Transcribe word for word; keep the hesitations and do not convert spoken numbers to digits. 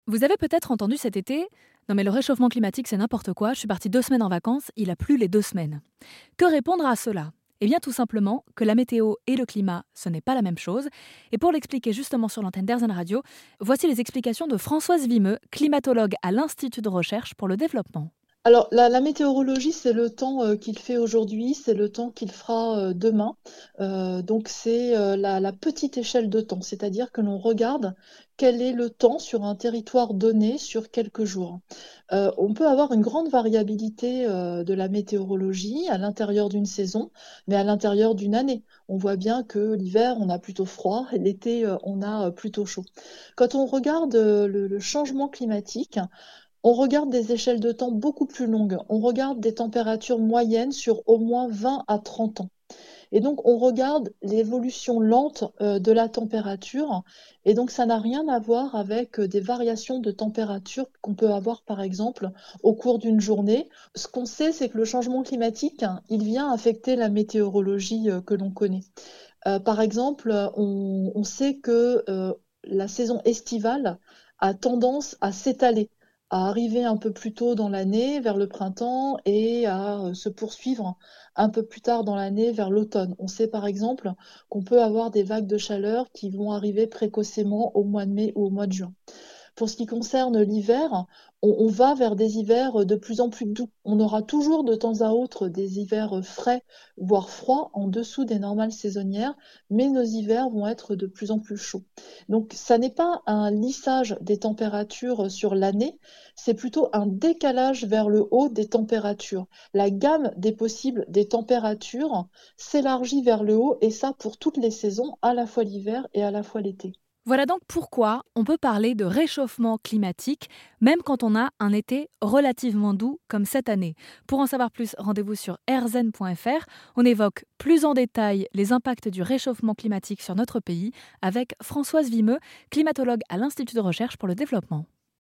Vous avez peut-être entendu cet été: «Non mais le réchauffement climatique, c'est n'importe quoi, je suis partie deux semaines en vacances, il a plu les deux semaines». Que répondre à cela? Eh bien tout simplement que la météo et le climat, ce n'est pas la même chose. Et pour l'expliquer justement sur l'antenne d'Airzen Radio, voici les explications de Françoise Vimeux, climatologue à l'Institut de recherche pour le développement. Alors la la météorologie, c'est le temps, heu, qu'il fait aujourd'hui, c'est le temps qu'il fera, heu, demain. Heu, donc c'est, heu, la la petite échelle de temps, c'est-à-dire que l'on regarde quel est le temps sur un territoire donné sur quelques jours. Heu, on peut avoir une grande variabilité, heu, de la météorologie à l'intérieur d'une saison, mais à l'intérieur d'une année. On voit bien que l'hiver, on a plutôt froid et l'été, heu, on a, heu, plutôt chaud. Quand on regarde, heu, le le changement climatique, on regarde des échelles de temps beaucoup plus longues. On regarde des températures moyennes sur au moins vingt à trente ans. Et donc on regarde l'évolution lente, heu, de la température et donc ça n'a rien à voir avec, heu, des variations de température qu'on peut avoir, par exemple, au cours d'une journée. Ce qu'on sait, c'est que le changement climatique, hein, il vient affecter la météorologie, heu, que l'on connaît. Heu, par exemple, on on sait que, heu, la saison estivale a tendance à s'étaler, à arriver un peu plus tôt dans l'année, vers le printemps et à, heu, se poursuivre un peu plus tard dans l'année, vers l'automne. On sait par exemple qu'on peut avoir des vagues de chaleur qui vont arriver précocement au mois de mai ou au mois de juin. Pour ce qui concerne l'hiver, on on va vers des hivers, de plus en plus doux. On aura toujours de temps à autre des hivers, heu, frais, voire froids, en dessous des normales saisonnières, mais nos hivers vont être de plus en plus chauds. Donc ça n'est pas un lissage des températures, sur l'année, c'est plutôt un décalage vers le haut des températures. La gamme des possibles des températures s'élargit vers le haut et ça pour toutes les saisons, à la fois l'hiver et à la fois l'été. Voilà donc pourquoi on peut parler de réchauffement climatique, même quand on a un été relativement doux comme cette année. Pour en savoir plus, rendez-vous sur airzen point f r. On évoque plus en détail les impacts du réchauffement climatique sur notre pays avec Françoise Vimeux, climatologue à l'Institut de recherche pour le développement.